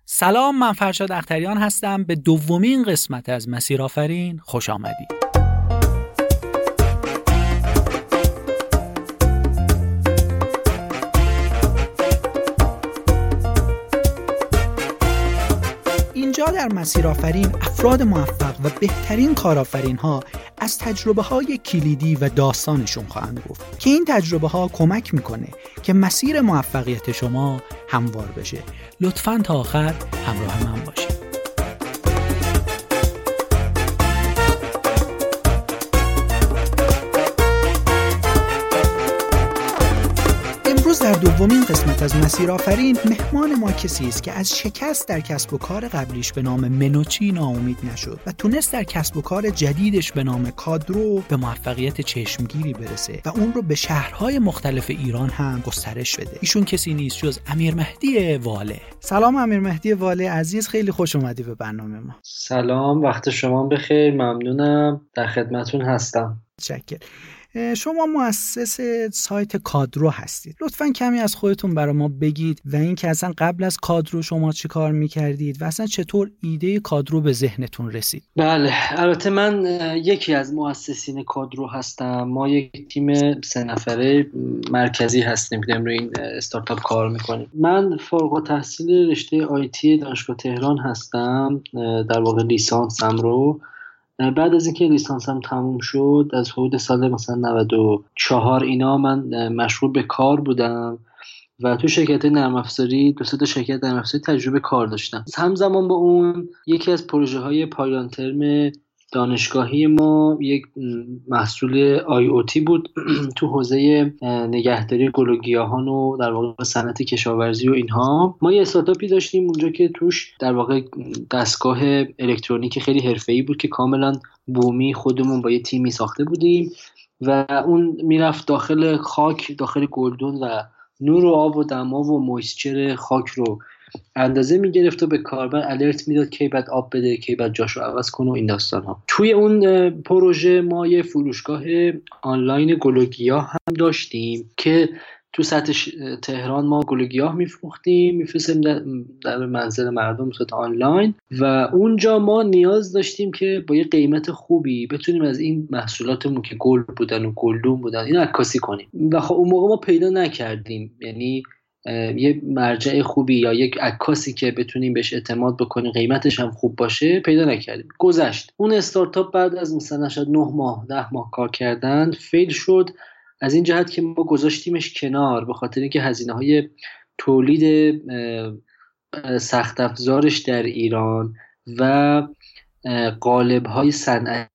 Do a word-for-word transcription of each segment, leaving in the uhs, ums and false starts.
سلام، من فرشاد اختریان هستم. به دومین قسمت از مسیر آفرین خوش آمدید. اینجا در مسیر آفرین افراد موفق و بهترین کارآفرین ها از تجربه های کلیدی و داستانشون خواهند گفت که این تجربه ها کمک میکنه که مسیر موفقیت شما هموار بشه. لطفاً تا آخر همراه من باشید. امروز در دومین قسمت از مسیر آفرین مهمان ما کسی است که از شکست در کسب و کار قبلیش به نام منوچی ناامید نشد و تونست در کسب و کار جدیدش به نام کادرو به موفقیت چشمگیری برسه و اون رو به شهرهای مختلف ایران هم گسترش بده. ایشون کسی نیست جز امیرمهدی واله. سلام امیرمهدی واله عزیز، خیلی خوش اومدی به برنامه ما. سلام، وقت شما بخیر، ممنونم، در خدمتون هستم. متشکرم. شما مؤسس سایت کادرو هستید. لطفاً کمی از خودتون برای ما بگید و اینکه اصلا قبل از کادرو شما چی کار میکردید و اصلا چطور ایده کادرو به ذهنتون رسید. بله، البته من یکی از مؤسسین کادرو هستم. ما یک تیم سه نفره مرکزی هستیم که روی این استارتاپ کار میکنیم. من فارغ التحصیل رشته آیتی دانشگاه تهران هستم، در واقع لیسانسم رو بعد از اینکه لیسانسم تموم شد از حدود سال مثلا نود و چهار اینا من مشغول به کار بودم و تو شرکت نرم افزاری دو سه تا شرکت نرم افزاری تجربه کار داشتم. همزمان با اون یکی از پروژه های پایان ترم دانشگاهی ما یک محصول آی او تی بود تو حوزه نگهداری گل و گیاهان و در واقع صنعت کشاورزی و اینها. ما یه استارتاپی داشتیم اونجا که توش در واقع دستگاه الکترونیکی خیلی حرفه‌ای بود که کاملا بومی خودمون با یه تیمی ساخته بودیم و اون میرفت داخل خاک، داخل گلدون و نور و آب و دما و مویسچر خاک رو اندازه میگرفت و به کاربر الرت میداد کی بعد آب بده، کی بعد جاشو عوض کنه و این داستان ها. توی اون پروژه ما یه فروشگاه آنلاین گل و گیاه هم داشتیم که تو سطح تهران ما گل و گیاه میفروختیم، میفرستیم در منزل مردم صورت آنلاین و اونجا ما نیاز داشتیم که با یه قیمت خوبی بتونیم از این محصولاتمون که گل بودن و گلدون بودن اینو عکاسی کنیم و خب اون موقع ما پیدا نکردیم، یعنی یه مرجع خوبی یا یک عکاسی که بتونیم بهش اعتماد بکنیم قیمتش هم خوب باشه پیدا نکردیم. گذشت اون استارتاپ بعد از مثلا شاید نه ماه ده ماه کار کردن فیل شد، از این جهت که ما گذاشتیمش کنار به خاطر اینکه هزینه‌های تولید سخت افزارش در ایران و قالب‌های صنعتیش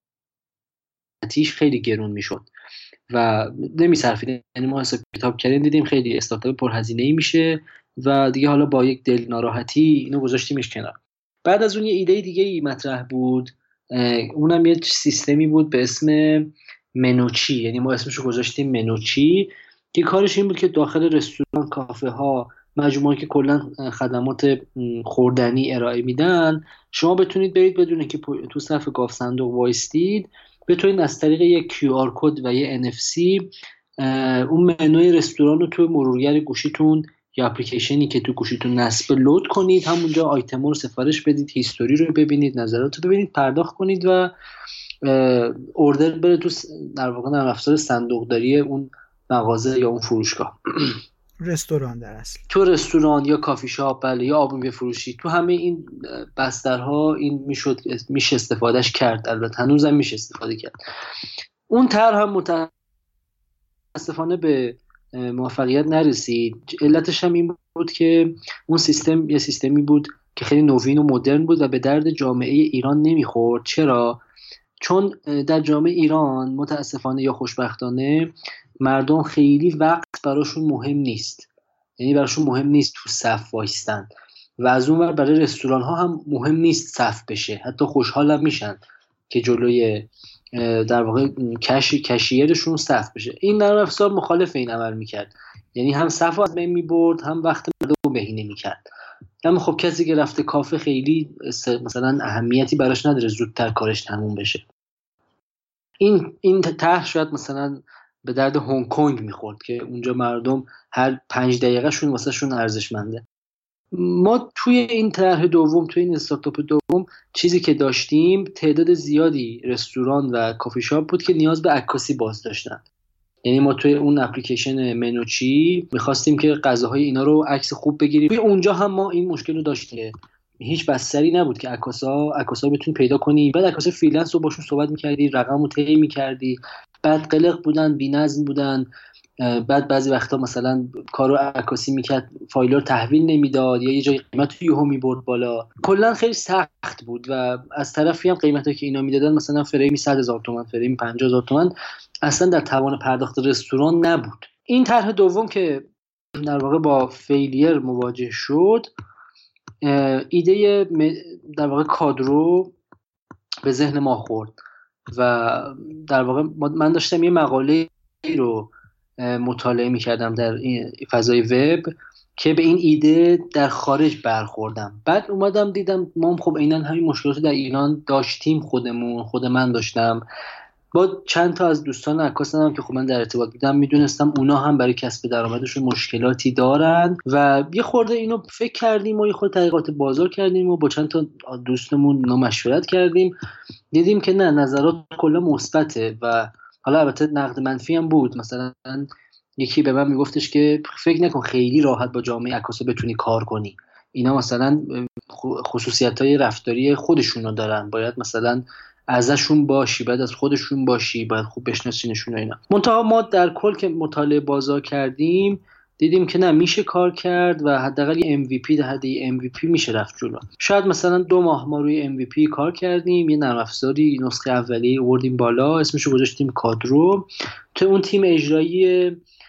خیلی گرون میشد و نمیصرفید. یعنی ما حساب کتاب کردیم دیدیم خیلی استارتاپ پرهزینه‌ای میشه و دیگه حالا با یک دل ناراحتی اینو گذاشتیمش کنار. بعد از اون یه ایده دیگه ای مطرح بود، اونم یه سیستمی بود به اسم منوچی، یعنی ما اسمشو گذاشتیم منوچی که کارش این بود که داخل رستوران، کافه ها، مجموعه‌ای که کلا خدمات خوردنی ارائه میدن شما بتونید برید بدون که تو صف گاف صندوق وایستید بتونید از طریق یک کیو آر کد و یک ان اف سی اون منوی رستوران رو تو مرورگر گوشیتون یا اپلیکیشنی که تو گوشیتون نصب لود کنید، همونجا آیتم رو سفارش بدید، هیستوری رو ببینید، نظرات رو ببینید، پرداخت کنید و اوردر بره تو در واقع نرم افزار صندوقداری اون مغازه یا اون فروشگاه. رستوران در اصل تو رستوران یا کافی شاپ بله یا آبون بفروشی، تو همه این بسترها این میشد میشه استفادهش کرد. البته هنوزم میشه استفاده کرد. اون طرح هم متاسفانه به موفقیت نرسید. علتش هم این بود که اون سیستم یه سیستمی بود که خیلی نوین و مدرن بود و به درد جامعه ایران نمیخورد. چرا؟ چون در جامعه ایران متاسفانه یا خوشبختانه مردم خیلی وقت براشون مهم نیست، یعنی براشون مهم نیست تو صف وایستن و از اون ور برای رستوران ها هم مهم نیست صف بشه، حتی خوشحال هم میشن که جلوی در واقع کش کشیرشون صف بشه. این نرم افزار مخالف این عمل میکرد، یعنی هم صف از بین میبرد هم وقت مردم بهینه میکرد. اما خب کسی که رفته کافه خیلی مثلا اهمیتی براش نداره زودتر کارش تموم بشه. این این طرح شاید مثلا به درد هنگ کنگ میخورد که اونجا مردم هر پنج دقیقه شون واسه شون ارزشمنده. ما توی این طرح دوم، توی این استارتاپ دوم، چیزی که داشتیم تعداد زیادی رستوران و کافی شاپ بود که نیاز به عکاسی باز داشتن. یعنی ما توی اون اپلیکیشن منوچی می‌خواستیم که غذاهای اینا رو عکس خوب بگیریم. توی اونجا هم ما این مشکل رو داشتیم، هیچ بستری نبود که عکاسا عکاسا بتونی پیدا کنی. بعد عکاسای فریلنس رو باشون صحبت می‌کردی، رقمو طی می‌کردی، بعد قلق بودن، بی‌نظم بودن. بعد بعضی وقتا مثلا کارو عکاسی میکرد فایل رو تحویل نمیداد یا یه جای قیمت رو یهو میبرد بالا. کلا خیلی سخت بود و از طرفی هم قیمتی که اینا میدادن مثلا فریمی صد هزار تومان، فریمی پنجاه هزار تومان اصلا در توان پرداخت رستوران نبود. این طرح دوم که در واقع با فیلیر مواجه شد، ایده در واقع کادرو به ذهن ما خورد و در واقع من داشتم یه مقاله رو مطالعه می‌کردم در این فضای وب که به این ایده در خارج برخوردم. بعد اومدم دیدم ما خب عیناً همین مشکلات در ایران داشتیم، خودمون خود من داشتم. با چند تا از دوستان عکاس هم که خب من در ارتباط بودم میدونستم اونا هم برای کسب درآمدشون مشکلاتی دارن و یه خورده اینو فکر کردیم و یه خورده تحقیقات بازار کردیم و با چند تا دوستمون اینا مشورت کردیم. دیدیم که نه، نظرات کلا مثبته و حالا البته نقد منفی هم بود. مثلا یکی به من میگفتش که فکر نکن خیلی راحت با جامعه عکاسا بتونی کار کنی، اینا مثلا خصوصیت‌های رفتاری خودشونو دارن، باید مثلا ازشون باشی، باید از خودشون باشی، باید خوب بشناسینشون و اینا. منتها ما در کل که مطالعه بازار کردیم دیدیم که نه، میشه کار کرد و حداقل ام وی پی در حد ام وی پی میشه رفت جلو. شاید مثلا دو ماه ما روی ام وی پی کار کردیم، یه نرم افزاری نسخه اولیه آوردیم بالا، اسمشو گذاشتیم کادرو. تو اون تیم اجرایی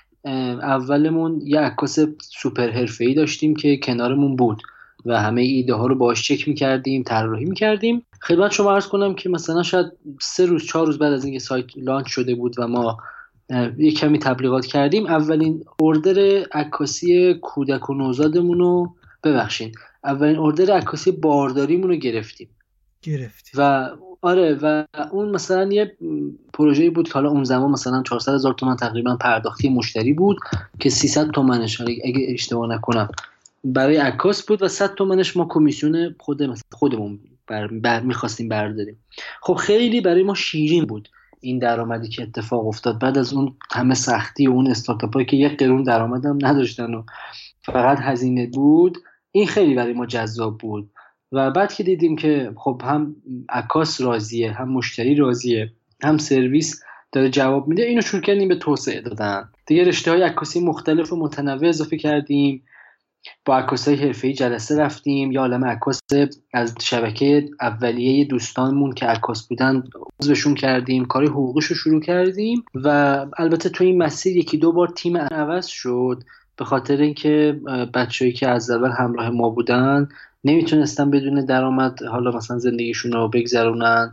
اولمون یه عکاس سوپر حرفه‌ای داشتیم که کنارمون بود و همه ایده ها رو باهاش چک می‌کردیم، طراحی می‌کردیم. خدمت شما عرض کنم که مثلا شاید سه روز چهار روز بعد از اینکه سایت لانچ شده بود و ما یه کمی تبلیغات کردیم، اولین اوردر عکاسی کودک و نوزادمون رو ببخشید اولین اوردر عکاسی بارداریمون رو گرفتیم گرفتیم و آره و اون مثلا یه پروژه‌ای بود که حالا اون زمان مثلا چهارصد هزار تومان تقریبا پرداختی مشتری بود که سیصد تومنش اگه اشتباه نکنم برای عکاس بود و صد تومنش ما کمیسیون خود مثلا خودمون بر, بر می‌خواستیم برداریم. خب خیلی برای ما شیرین بود این درآمدی که اتفاق افتاد بعد از اون همه سختی و اون استارتاپایی که یک قرون درآمد هم نداشتن و فقط هزینه بود. این خیلی برای ما جذاب بود و بعد که دیدیم که خب هم عکاس راضیه، هم مشتری راضیه، هم سرویس داره جواب میده، اینو شروع کردیم به توسعه دادن. دیگه رشته‌های عکاسی مختلف و متنوع اضافه کردیم. با عکاسای حرفه‌ای جلسه رفتیم، یا عالمه عکاس از شبکه اولیه دوستانمون که عکاس بودن عضوشون کردیم، کار حقوقش رو شروع کردیم و البته تو این مسیر یکی دو بار تیم عوض شد به خاطر اینکه بچه‌ای که از اول همراه ما بودن نمیتونستن بدون درآمد حالا مثلا زندگیشون رو بگذرونن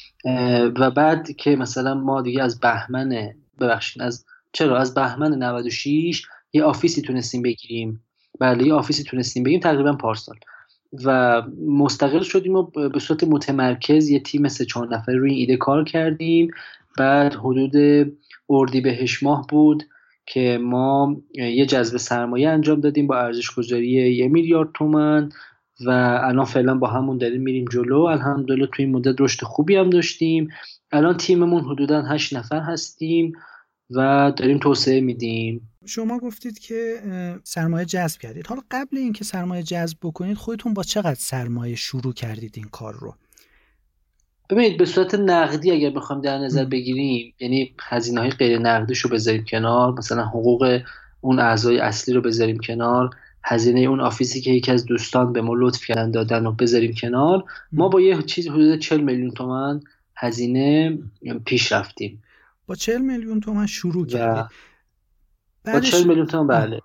و بعد که مثلا ما دیگه از بهمن ببخشید از چرا از بهمن نود و شش یه آفیسی تونستیم بگیریم. بله یه آفیسی تونستیم بگیریم تقریبا پارسال و مستقل شدیم و به صورت متمرکز یه تیم سه چهار نفره روی این ایده کار کردیم. بعد حدود اردیبهشت ماه بود که ما یه جذب سرمایه انجام دادیم با ارزش گذاری یه میلیارد تومان و الان فعلا با همون داریم میریم جلو. الحمدلله توی این مدت رشد خوبی هم داشتیم. الان تیممون حدوداً هشت نفر هستیم و داریم توسعه میدیم. شما گفتید که سرمایه جذب کردید. حالا قبل اینکه سرمایه جذب بکنید خودتون با چقدر سرمایه شروع کردید این کار رو؟ ببینید به صورت نقدی اگر بخوام در نظر بگیریم، یعنی هزینه‌های غیر نقدیش رو بذاریم کنار، مثلا حقوق اون اعضای اصلی رو بذاریم کنار، هزینه اون آفیسی که یکی از دوستان به ما لطف کردن دادن رو بذاریم کنار، ما با یه چیز حدود چهل میلیون تومان هزینه پیش رفتیم. با چهل میلیون تومان شروع کردید؟ با چهل میلیون تومان بله.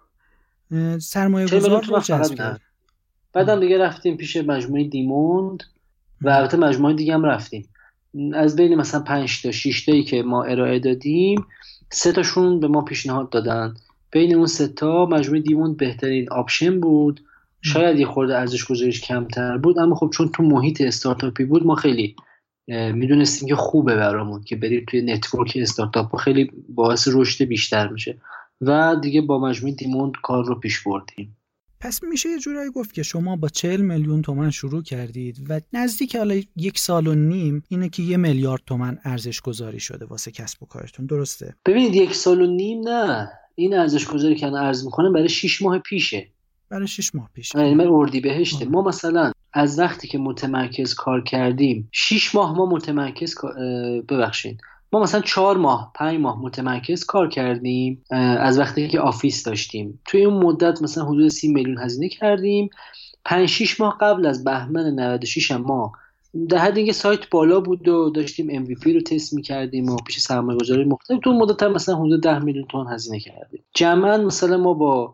سرمایه گذار رو جذب کرد. بعدم دیگه رفتیم پیش مجموعه دیموند و البته مجموعه دیگه هم رفتیم. از بین مثلا پنج تا شش تایی که ما ارائه دادیم سه تاشون به ما پیشنهاد دادن. بین اون سه تا مجموعه دیموند بهترین آپشن بود. شاید یه خورده ارزش گذاریش کمتر بود اما خب چون تو محیط استارتاپی بود ما خیلی میدونستیم که خوبه برامون که بریم توی نتورک استارتاپ و خیلی باعث رشد بیشتر میشه و دیگه با مجموعه دیموند کار رو پیش بردیم. پس میشه یه جورایی گفت که شما با چهل میلیون تومان شروع کردید و نزدیک حالا یک سال و نیم اینه که یه میلیارد تومان ارزش گذاری شده واسه کسب و کارتون، درسته؟ ببینید یک سال و نیم نه، این ارزش گذاری که الان عرض میکنم برای شش ماه پیشه. برای شش ماه پیش. یعنی من اردیبهشت ما مثلا از وقتی که متمرکز کار کردیم شش ماه ما متمرکز ببخشید ما مثلا چهار ماه پنج ماه متمرکز کار کردیم از وقتی که آفیس داشتیم. توی اون مدت مثلا حدود سی میلیون هزینه کردیم. پنج شش ماه قبل از بهمن نود و شش ما در حد اینکه سایت بالا بود و داشتیم ام وی پی رو تست می‌کردیم و پیش سرمایه‌گذاری مختلف، تو مدت هم مثلا حدود ده میلیون تومان هزینه کردیم. جمعاً مثلا ما با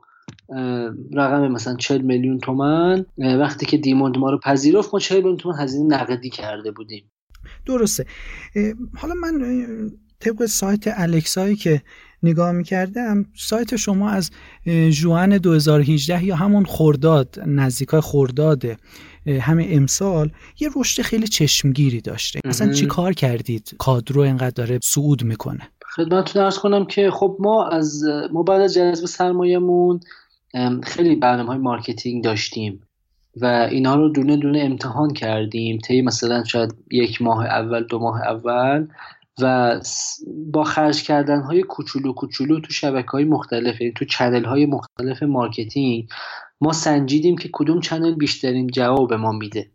رقم مثلا چهل میلیون تومان وقتی که دیموند ما رو پذیرفت ما چهل میلیون تومان هزینه نقدی کرده بودیم. درسته. حالا من طبق سایت الکسایی که نگاه می‌کردم، سایت شما از ژوئن دو هزار و هجده یا همون خرداد، نزدیکای خرداد همه امسال یه رشد خیلی چشمگیری داشته. مثلا چی کار کردید کادرو اینقدر داره صعود میکنه؟ خدمتتون عرض کنم که خب ما از ما بعد از جذب سرمایه‌مون خیلی برنامه‌های مارکتینگ داشتیم و اینا رو دونه دونه امتحان کردیم طی مثلا شاید یک ماه اول دو ماه اول و با خرج کردن‌های کوچولو کوچولو تو شبکه‌های مختلف، یعنی تو چنل‌های مختلف مارکتینگ ما سنجیدیم که کدوم چنل بیشترین جواب ما میده.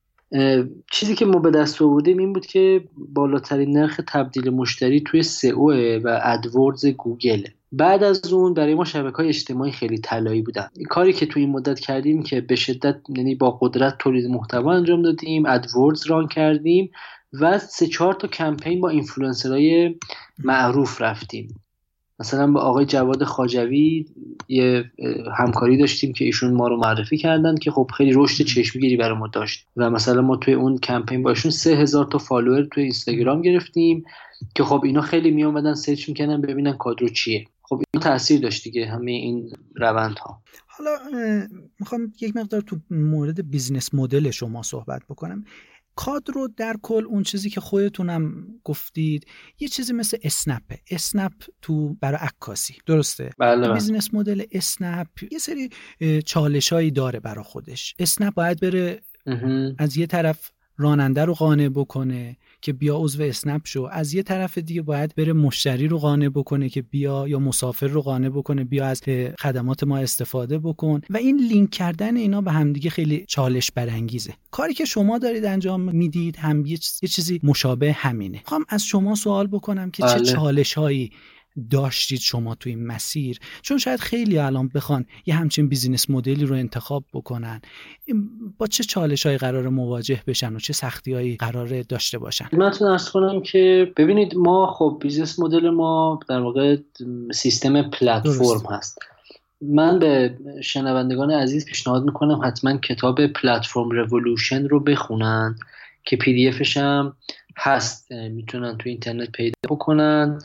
چیزی که ما به دست آوردیم این بود که بالاترین نرخ تبدیل مشتری توی سئو و ادوردز گوگل. بعد از اون برای ما شبکه‌های اجتماعی خیلی طلایی بودن. کاری که توی این مدت کردیم که به شدت یعنی با قدرت تولید محتوا انجام دادیم، ادوردز ران کردیم و سه چهار تا کمپین با اینفلوئنسرهای معروف رفتیم. مثلا با آقای جواد خواجوی یه همکاری داشتیم که ایشون ما رو معرفی کردن که خب خیلی رشد چشمگیری برای ما داشت و مثلا ما توی اون کمپین با ایشون سه هزار تا فالوور توی اینستاگرام گرفتیم که خب اینا خیلی می اومدن سرچ میکنن ببینن کادرو چیه. خب این تاثیر داشت دیگه همه این روندها. حالا میخوام یک مقدار تو مورد بیزنس مدل شما صحبت بکنم. کادرو در کل اون چیزی که خودتونم گفتید یه چیزی مثل اسنپه. اسنپ تو برای عکاسی، درسته؟ بله. بیزنس مدل اسنپ یه سری چالشایی داره برای خودش. اسنپ باید بره از یه طرف راننده رو قانع بکنه که بیا عضو اسنپ شو، از یه طرف دیگه باید بره مشتری رو قانع بکنه که بیا، یا مسافر رو قانع بکنه بیا از خدمات ما استفاده بکن و این لینک کردن اینا به همدیگه خیلی چالش برانگیزه. کاری که شما دارید انجام میدید هم یه چیزی مشابه همینه. میخوام از شما سوال بکنم که بله. چه چالش‌هایی داشتید شما تو این مسیر؟ چون شاید خیلی الان بخوان یه همچین بیزینس مدلی رو انتخاب بکنن، با چه چالش‌هایی قرار مواجه بشن و چه سختی‌هایی قرار داشته باشن؟ من تون عرض کنم که ببینید ما خب بیزینس مدل ما در واقع سیستم پلتفرم هست. من به شنوندگان عزیز پیشنهاد میکنم حتما کتاب پلتفرم رولوشن رو بخونن که پی دی افش هم هست، میتونن تو اینترنت پیدا بکنن.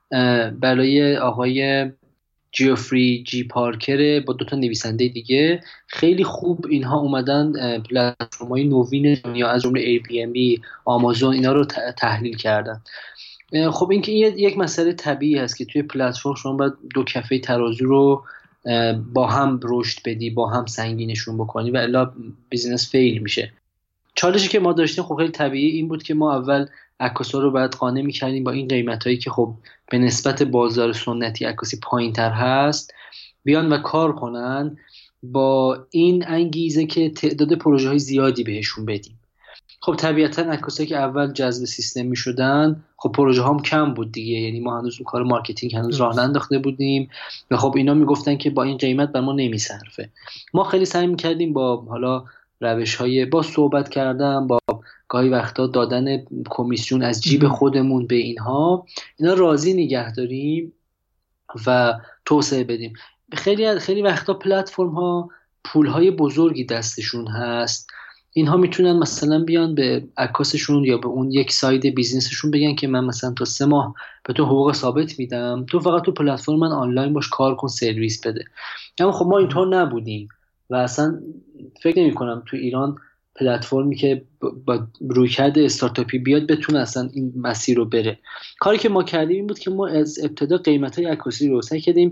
برای آقای جیوفری جی پارکر با دو تا نویسنده دیگه خیلی خوب اینها اومدن پلتفرم‌های نوین دنیا از جمله ایر بی ام بی، آمازون اینا رو تحلیل کردن. خب این که یک مسئله طبیعی هست که توی پلتفرم شما باید دو کفه ترازو رو با هم رشد بدی، با هم سنگینشون بکنی و الا بیزینس فیل میشه. چالشی که ما داشتیم خب خیلی طبیعی این بود که ما اول عکاسا رو باید قانع می‌کردیم با این قیمتایی که خب به نسبت بازار سنتی عکاسی پایین‌تر هست بیان و کار کنن، با این انگیزه که تعداد پروژه‌های زیادی بهشون بدیم. خب طبیعتاً عکاسایی که اول جذب سیستم می‌شدن خب پروژه هم کم بود دیگه، یعنی ما هنوز اون کار مارکتینگ هنوز راه ننداخته بودیم و خب اینا میگفتن که با این قیمت بر ما نمیصرفه. ما خیلی سعی می‌کردیم با حالا روش‌های با صحبت کردن، با گاهی وقتا دادن کمیسیون از جیب خودمون به اینها اینا راضی نگه داریم و توسعه بدیم. خیلی خیلی وقتا پلتفرم ها پول های بزرگی دستشون هست، اینها میتونن مثلا بیان به عکاسشون یا به اون یک ساید بیزنسشون بگن که من مثلا تا سه ماه به تو حقوق ثابت میدم، تو فقط تو پلتفرم من آنلاین باش کار کن، سرویس بده. اما خب ما اینطور نبودیم و اصلا فکر نمی کنم تو ایران پلتفرمی که با رویکرد استارتاپی بیاد بتونه اصلا این مسیر رو بره. کاری که ما کردیم این بود که ما از ابتدا قیمت‌های عکاسی رو سعی کردیم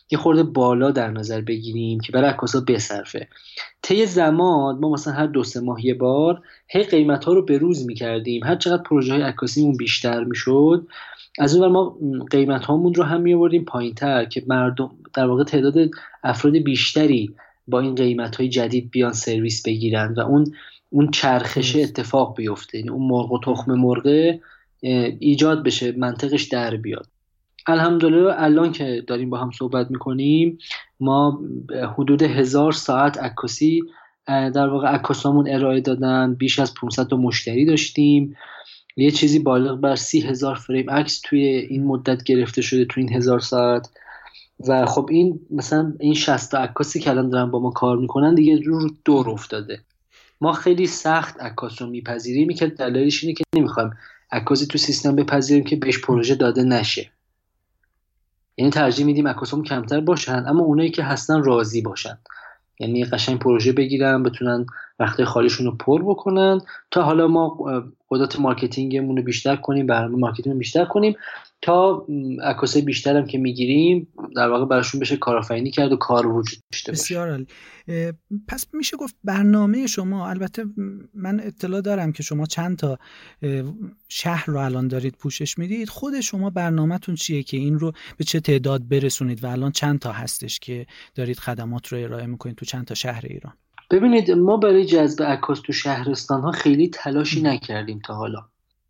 یه خورده بالا در نظر بگیریم که برای عکاسا بصرفه. طی زمان ما مثلا هر دو سه ماه یه بار هی قیمت ها رو به روز میکردیم. هر چقدر پروژه های عکاسیمون بیشتر میشد، از اون ور ما قیمت هامون رو هم میآوردیم پایینتر که مردم در واقع تعداد افراد بیشتری با این قیمت های جدید بیان سرویس بگیرن و اون اون چرخش اتفاق بیفته، یعنی اون مرغ و تخم مرغ ایجاد بشه، منطقش در بیاد. الحمدلله الان که داریم با هم صحبت میکنیم ما حدود هزار ساعت عکاسی در واقع عکاسامون ارائه دادن، بیش از پانصد تا مشتری داشتیم، یه چیزی بالغ بر سی هزار فریم عکس توی این مدت گرفته شده توی این هزار ساعت. و خب این مثلا این شصت تا عکاسی که الان دارن با ما کار میکنن دیگه رو دور افتاده. ما خیلی سخت عکاس رو میپذیریم که دلیلش اینه که نمیخوایم عکاسی تو سیستم بپذیریم که بهش پروژه داده نشه. یعنی ترجیح میدیم عکاسامون کمتر باشن اما اونایی که هستن راضی باشن، یعنی قشنگ پروژه بگیرن، بتونن وقت خالیشون رو پر بکنن تا حالا ما قدرت مارکتینگمون رو بیشتر کنیم، برنامه مارکتینگ رو بیشتر کنیم تا عکاسای بیشتر هم که میگیریم در واقع براشون بشه کارآفرینی کرد و کار وجود داشته باشه. بسیار عالی. پس میشه گفت برنامه شما، البته من اطلاع دارم که شما چند تا شهر رو الان دارید پوشش میدید، خود شما برنامه‌تون چیه که این رو به چه تعداد برسونید و الان چند تا هستش که دارید خدمات رو ارائه میکنید تو چند تا شهر ایران؟ ببینید ما برای جذب عکاس تو شهرستان ها خیلی تلاشی نکردیم تا حالا.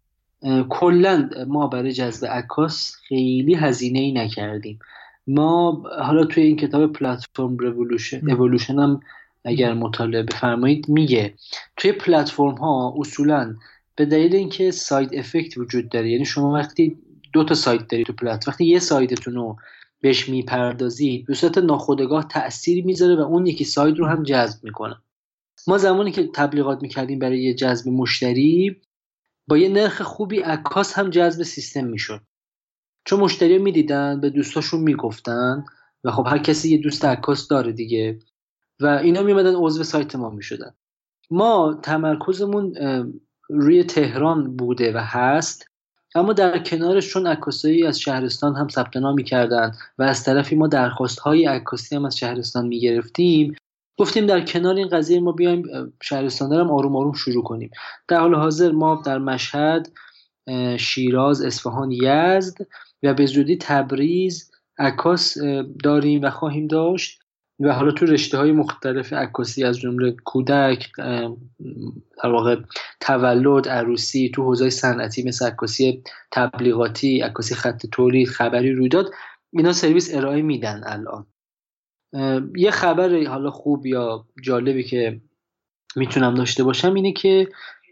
کلا ما برای جذب عکاس خیلی هزینه ای نکردیم. ما حالا توی این کتاب پلتفرم رولوشن اِوولوشن هم اگر مطالعه بفرمایید میگه توی پلتفرم ها اصولا به دلیل اینکه ساید افکت وجود داره، یعنی شما وقتی دو تا سایت دارید تو پلتفرم، وقتی یه سایتتون رو بهش میپردازید به صورت ناخودآگاه تأثیر میذاره و اون یکی سایت رو هم جذب میکنه. ما زمانی که تبلیغات میکردیم برای جذب مشتری با یه نرخ خوبی عکاس هم جذب سیستم میشد، چون مشتری میدیدن به دوستاشون میگفتن و خب هر کسی یه دوست عکاس داره دیگه و اینا میمدن عضو سایت ما میشدن. ما تمرکزمون روی تهران بوده و هست، اما در کنارش چون عکاسایی از شهرستان هم ثبت نام می‌کردن و از طرفی ما درخواست‌های عکاسی هم از شهرستان می‌گرفتیم، گفتیم در کنار این قضیه ما بیایم شهرستان هم آروم آروم شروع کنیم. در حال حاضر ما در مشهد، شیراز، اصفهان، یزد و به زودی تبریز عکاس داریم و خواهیم داشت و حالا تو رشته‌های مختلف عکاسی از جمله کودک، در واقع تولد، عروسی، تو حوزه صنعتی مثل عکاسی تبلیغاتی، عکاسی خط تولید، خبری، رویداد، اینا سرویس ارائه میدن. الان یه خبر حالا خوب یا جالبی که میتونم داشته باشم اینه که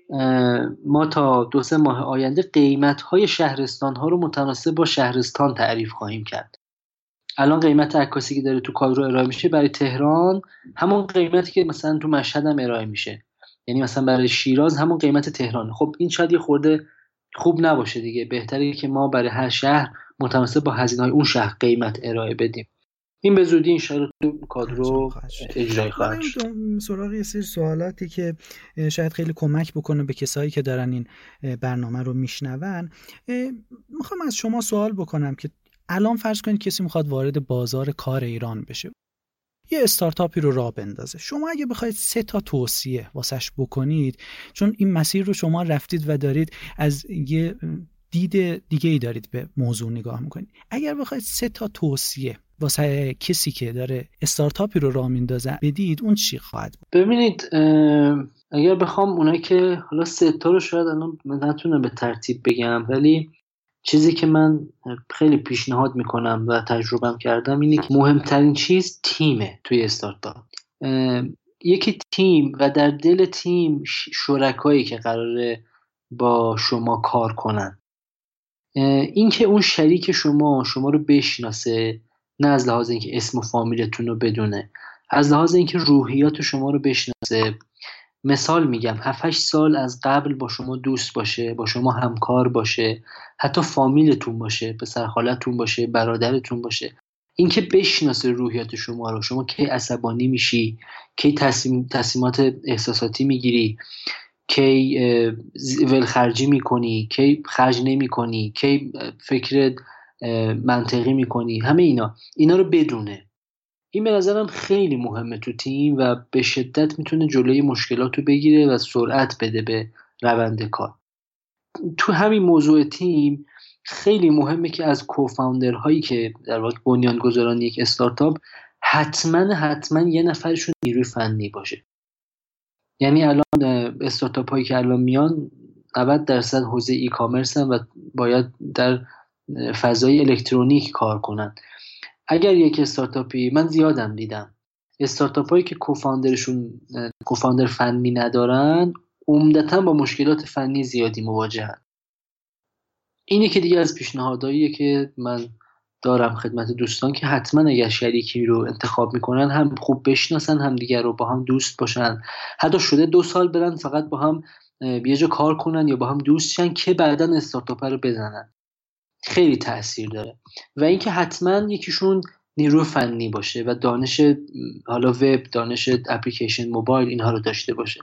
ما تا دو سه ماه آینده قیمت‌های شهرستان‌ها رو متناسب با شهرستان تعریف خواهیم کرد. الان قیمت عکاسی که داره تو کادر ارائه میشه برای تهران همون قیمتی که مثلا تو مشهد هم ارائه میشه، یعنی مثلا برای شیراز همون قیمت تهران. خب این شاید یه خورده خوب نباشه دیگه، بهتره که ما برای هر شهر متناسب با هزینه‌های اون شهر قیمت ارائه بدیم. این به زودی ان شاءالله تو کادر اجرایی خواهد شد. سراغ یه سری سوالاتی که شاید خیلی کمک بکنه به کسایی که دارن این برنامه رو میشنون، میخوام از شما سوال بکنم که الان فرض کنید کسی میخواد وارد بازار کار ایران بشه، یه استارتاپی رو راه بندازه، شما اگه بخواید سه تا توصیه واسش بکنید، چون این مسیر رو شما رفتید و دارید از یه دید دیگه ای دارید به موضوع نگاه میکنید، اگر بخواید سه تا توصیه واسه کسی که داره استارتاپی رو راه میندازه بدید، اون چی خواهد بود؟ ببینید اگر بخوام اونایی که حالا سه تا رو شاید الان نتونم به ترتیب بگم، ولی چیزی که من خیلی پیشنهاد میکنم و تجربهم کردم اینه که مهمترین چیز تیمه توی استارتاپ. یکی تیم و در دل تیم شرکایی که قراره با شما کار کنن. این که اون شریک شما شما رو بشناسه، نه از لحاظ اینکه اسم و فامیلتون رو بدونه، از لحاظ اینکه روحیات شما رو بشناسه. مثال میگم هفت هشت سال از قبل با شما دوست باشه، با شما همکار باشه، حتی فامیلتون باشه، پسر خالتون باشه، برادرتون باشه. این که بشناسه روحیات شما رو، شما کی عصبانی میشی، کی تصمیم تصمیمات احساساتی میگیری، کی ولخرجی میکنی، کی خرج نمیکنی، کی فکر منطقی میکنی، همه اینا اینا رو بدونه. این به نظرم خیلی مهمه تو تیم و به شدت میتونه جلوی مشکلات رو بگیره و سرعت بده به روند کار. تو همین موضوع تیم خیلی مهمه که از کوفاندرهایی که در واقع بنیانگذاران یک استارتاپ حتما حتما یه نفرشون نیروی فنی باشه. یعنی الان استارتاپ هایی که الان میان نود درصد حوزه ای کامرس و باید در فضای الکترونیک کار کنن. اگر یک استارتاپی، من زیادم دیدم استارتاپ هایی که کوفاندرشون کوفاندر فنی ندارن عمدتاً با مشکلات فنی زیادی مواجهن. اینه که دیگه از پیشنهاداییه که من دارم خدمت دوستان که حتما اگر شریکی رو انتخاب میکنن هم خوب بشناسن هم دیگر رو با هم دوست باشن، حتی شده دو سال برن فقط با هم یه جا کار کنن یا با هم دوست شن که بعداً استارتاپ رو بزنن. خیلی تأثیر داره. و اینکه حتما یکیشون نیروی فنی باشه و دانش حالا وب، دانش اپلیکیشن موبایل اینها رو داشته باشه.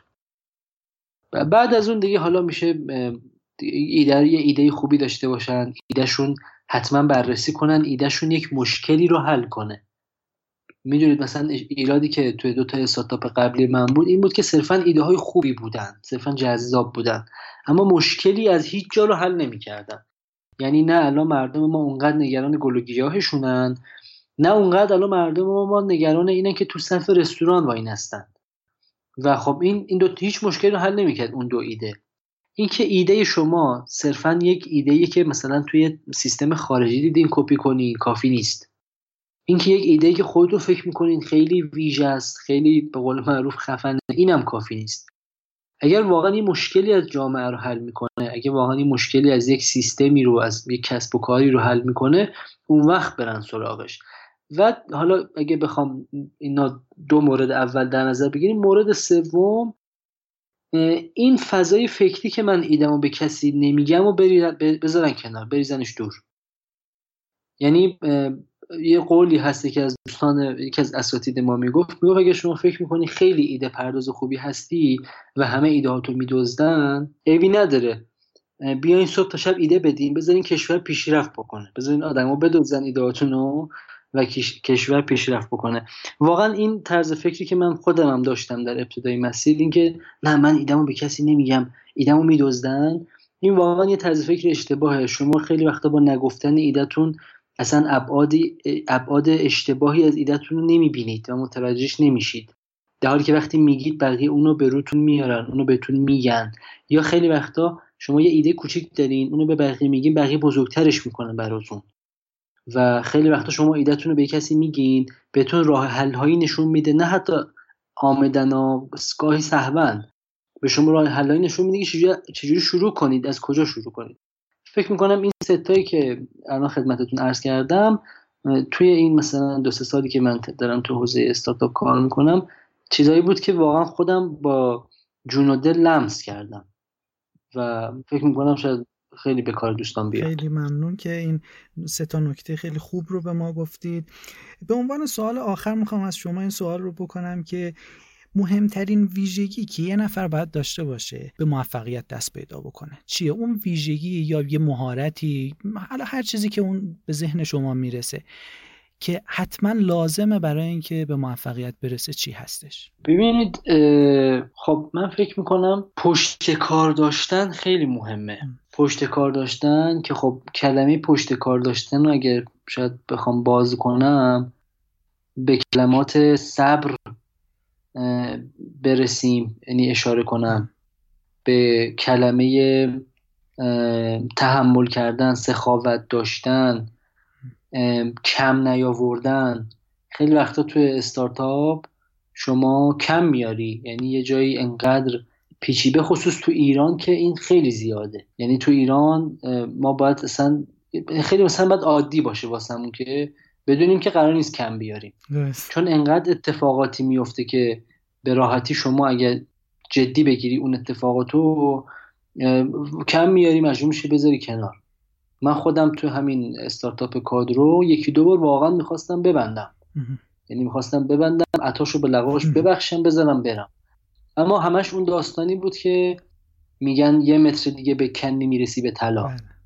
و بعد از اون دیگه حالا میشه ایده یه ایده خوبی داشته باشن، ایدهشون حتما بررسی کنن، ایدهشون یک مشکلی رو حل کنه. میدونید مثلا ایرادی که توی دو تا استارتاپ قبلی من بود این بود که صرفا ایده های خوبی بودن، صرفا جذاب بودن، اما مشکلی از هیچ جا رو حل نمی‌کردن. یعنی نه الان مردم ما اونقدر نگران گل و گیاهشونن، نه اونقدر الان مردم ما نگران اینن که تو صف رستوران وای نستن. و خب این این دو هیچ مشکلی رو حل نمی‌کرد اون دو ایده. این که ایده شما صرفا یک ایده‌ای که مثلا توی سیستم خارجی دیدین کپی کنی کافی نیست. این که یک ایده‌ای که خودتون فکر می‌کنین خیلی ویژه است، خیلی به قول معروف خفنه، اینم کافی نیست. اگر واقعا این مشکلی از جامعه رو حل میکنه، اگر واقعا این مشکلی از یک سیستمی رو، از یک کسب و کاری رو حل میکنه، اون وقت برن سراغش. و حالا اگه بخوام اینا دو مورد اول در نظر بگیریم، مورد سوم این فضای فکری که من ایدمو به کسی نمیگم و بذارن کنار، بریزنش دور. یعنی یه قولی هستی که از دوستان یکی از اساتید ما میگفت میگفت اگه شما فکر میکنی خیلی ایده پرداز خوبی هستی و همه ایده هاتو میدزدن، عیبی نداره، بیاین صبح تا شب ایده بدین، بذارین کشور پیشرفت بکنه، بذارین آدما بدزدن ایده هاتونو و کشور پیشرفت بکنه. واقعا این طرز فکری که من خودم هم داشتم در ابتدای مسیر، این که نه من ایده‌مو به کسی نمیگم، ایده‌مو میدزدن، این واقعا یه طرز فکر اشتباهه. شما خیلی وقتا با نگفتن ایده‌تون اصلا ابعاد ابعاد اشتباهی از ایده‌تون رو نمیبینید و متوجهش نمیشید، در حالی که وقتی میگید بقیه اونو به روتون میارن، اونو بهتون میگن. یا خیلی وقتا شما یه ایده کوچیک دارین، اونو به بقیه میگین، بقیه بزرگترش میکنن براتون. و خیلی وقتا شما ایده‌تون رو به کسی میگین، بهتون راه حل هایی نشون میده، نه حتی آمدنا گاهی سهوا به شما راه حل هایی نشون میده که چجوری شروع کنید، از کجا شروع کنید. فکر میکنم این ستایی که الان خدمتتون عرض کردم توی این مثلا دو سه سالی که من دارم تو حوزه استارتاپ کار میکنم چیزایی بود که واقعا خودم با جون و دل لمس کردم و فکر میکنم شاید خیلی به کار دوستان بیاد. خیلی ممنون که این سه تا نکته خیلی خوب رو به ما گفتید. به عنوان سوال آخر میخوام از شما این سوال رو بکنم که مهمترین ویژگی که یه نفر باید داشته باشه به موفقیت دست پیدا بکنه چیه؟ اون ویژگی یا یه مهارتی، حالا هر چیزی که اون به ذهن شما میرسه که حتما لازمه برای اینکه به موفقیت برسه، چی هستش؟ ببینید خب من فکر میکنم پشت کار داشتن خیلی مهمه. ام. پشت کار داشتن که خب کلمه پشت کار داشتن رو اگر شاید بخوام باز کنم به کلمات صبر برسیم، یعنی اشاره کنم به کلمه تحمل کردن، سخاوت داشتن، کم نیاوردن. خیلی وقتا توی استارتاپ شما کم میاری، یعنی یه جایی انقدر پیچی، به خصوص تو ایران که این خیلی زیاده. یعنی تو ایران ما باید اصلا خیلی مثلا باید عادی باشه واسمون که بدونیم که قرار نیست کم بیاریم. yes. چون انقدر اتفاقاتی میفته که به راحتی شما اگر جدی بگیری اون اتفاقاتو کم میاری، مجبور میشی بذاری کنار. من خودم تو همین استارتاپ کادرو یکی دو بار واقعا میخواستم ببندم، یعنی میخواستم ببندم، عطاشو به لغاش ببخشم بذارم برم، اما همش اون داستانی بود که میگن یه متر دیگه به کنی میرسی به طلا.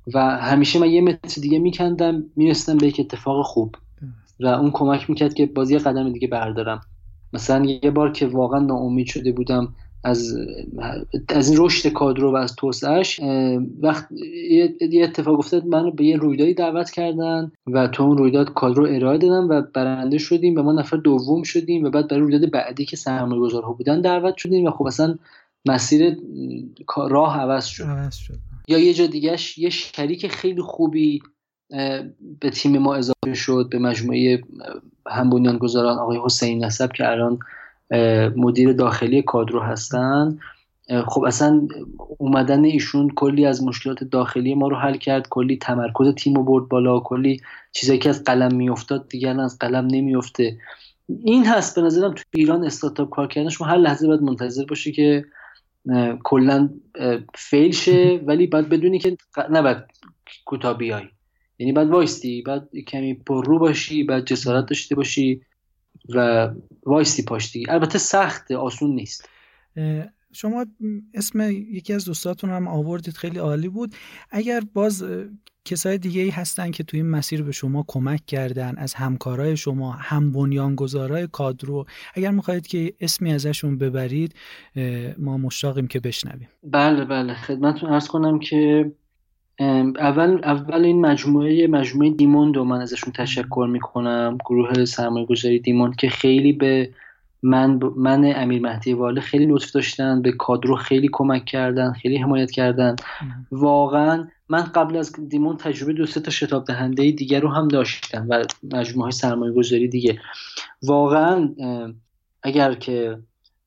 و همیشه من یه متر دیگه میکندم میرسیدم به یک اتفاق خوب و اون کمک میکرد که بازی یه قدم دیگه بردارم. مثلا یه بار که واقعا ناامید شده بودم از از این رشد کادرو و از توسعه‌اش، وقت یه اتفاق افتاد، منو به یه رویدادی دعوت کردن و تو اون رویداد کادرو ارائه دادم و برنده شدیم و ما نفر دوم شدیم و بعد برای رویداد بعدی که سرمایه‌گذارها بودن دعوت شدیم و خب اصلا مسیر راه عوض شد. عوض شد. یا یه جا دیگهش یه شریک خیلی خوبی به تیم ما اضافه شد، به مجموعه هم بنیانگذاران آقای حسین نسب که الان مدیر داخلی کادرو هستن. خب اصلا اومدن ایشون کلی از مشکلات داخلی ما رو حل کرد، کلی تمرکز تیم رو برد بالا، کلی چیزایی که از قلم میافتاد دیگر از قلم نمیافته. این هست به نظرم تو ایران استارتاپ کار کردن شما هر لحظه باید منتظر باشی که کلا فیل شه، ولی باید بدونی که نباید کوتاه بیای، یعنی باید وایستی، باید کمی پررو باشی، باید جسارت داشته باشی و وایستی پاش دیگه. البته سخته، آسون نیست. شما اسم یکی از دوستاتون هم آوردید، خیلی عالی بود. اگر باز کسای دیگه‌ای هستن که توی این مسیر به شما کمک کردن از همکارای شما، هم بنیانگذارای کادرو، اگر می‌خواید که اسمی ازشون ببرید ما مشتاقیم که بشنویم. بله بله خدمتتون عرض کنم که اول اول این مجموعه مجموعه دیموند رو من ازشون تشکر میکنم، گروه سرمایه‌گذاری دیموند که خیلی به من من امیر مهدی واله خیلی لطف داشتن، به کادرو خیلی کمک کردن، خیلی حمایت کردن. واقعا من قبل از دیموند تجربه دو سه تا شتاب دهنده دیگه رو هم داشتم و مجموعه سرمایه‌گذاری دیگه. واقعا اگر که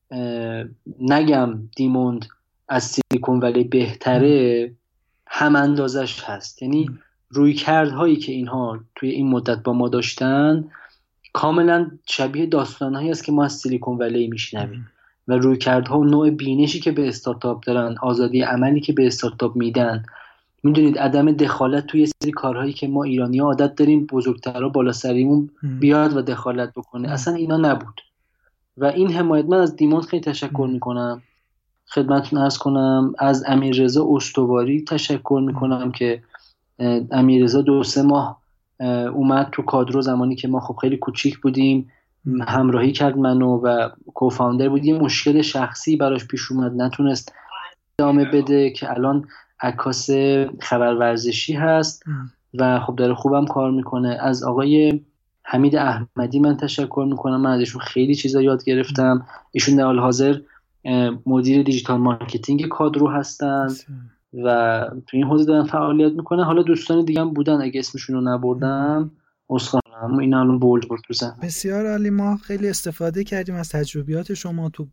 نگم دیموند از سیلیکون ولی بهتره، هم اندازش هست. یعنی رویکردهایی که اینها توی این مدت با ما داشتن کاملا شبیه داستانهایی است که ما از سیلیکون ولی میشنویم و رویکردها و نوع بینشی که به استارتاپ دارن، آزادی عملی که به استارتاپ میدن. میدونید عدم دخالت توی سری کارهایی که ما ایرانی‌ها عادت داریم بزرگترها بالا سریمون بیاد و دخالت بکنه، اصلا اینا نبود و این حمایت. من از دیموند خیلی تشکر میکنم. خدمتتون عرض کنم از امیررضا استواری تشکر میکنم که امیررضا دو سه ماه اومد تو کادرو زمانی که ما خب خیلی کوچیک بودیم، همراهی کرد منو و کوفاندر بود. یه مشکل شخصی براش پیش اومد نتونست ادامه بده که الان عکاس خبر ورزشی هست و خب داره خوبم کار میکنه. از آقای حمید احمدی من تشکر میکنم، من ازشون خیلی چیزا یاد گرفتم. ایشون در حال حاضر مدیر دیجیتال مارکتینگ کادرو هستن و تو این حوزه دارن فعالیت میکنن. حالا دوستان دیگه هم بودن اگه اسمشون رو نبردم عذرخواهم، این الان بولد بود تو ذهنم. بسیار عالی، ما خیلی استفاده کردیم از تجربیات شما تو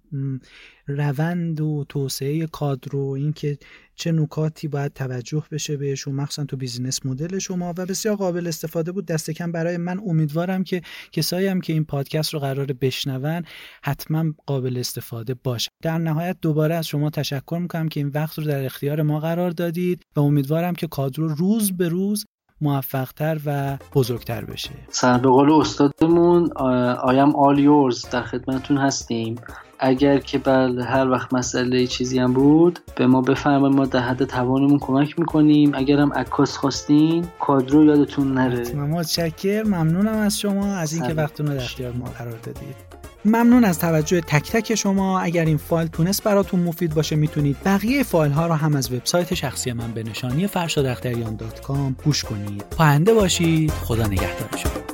روند و توسعه کادرو، اینکه چه نکاتی باید توجه بشه بهشون مخصوصا تو بیزینس مدل شما و بسیار قابل استفاده بود. دست کم برای من. امیدوارم که کسایی هم که این پادکست رو قراره بشنون حتما قابل استفاده باشه. در نهایت دوباره از شما تشکر میکنم که این وقت رو در اختیار ما قرار دادید و امیدوارم که کادرو روز به روز موفق‌تر و بزرگتر بشه. سر به قول استادمون آیم آل یورز، در خدمتتون هستیم. اگر که بله هر وقت مسئله چیزی هم بود به ما بفرمایید، ما در حد توانمون کمک میکنیم. اگر هم عکاس خواستین کادرو یادتون نره. متشکرم، ممنونم از شما از اینکه وقتتون رو در اختیار ما قرار دادید. ممنون از توجه تک تک شما. اگر این فایل تونست براتون مفید باشه میتونید بقیه فایل ها رو هم از وبسایت شخصی من به نشانی فرشاد اختریان دات کام گوش کنید. پاینده باشید. خدا نگهدار شما.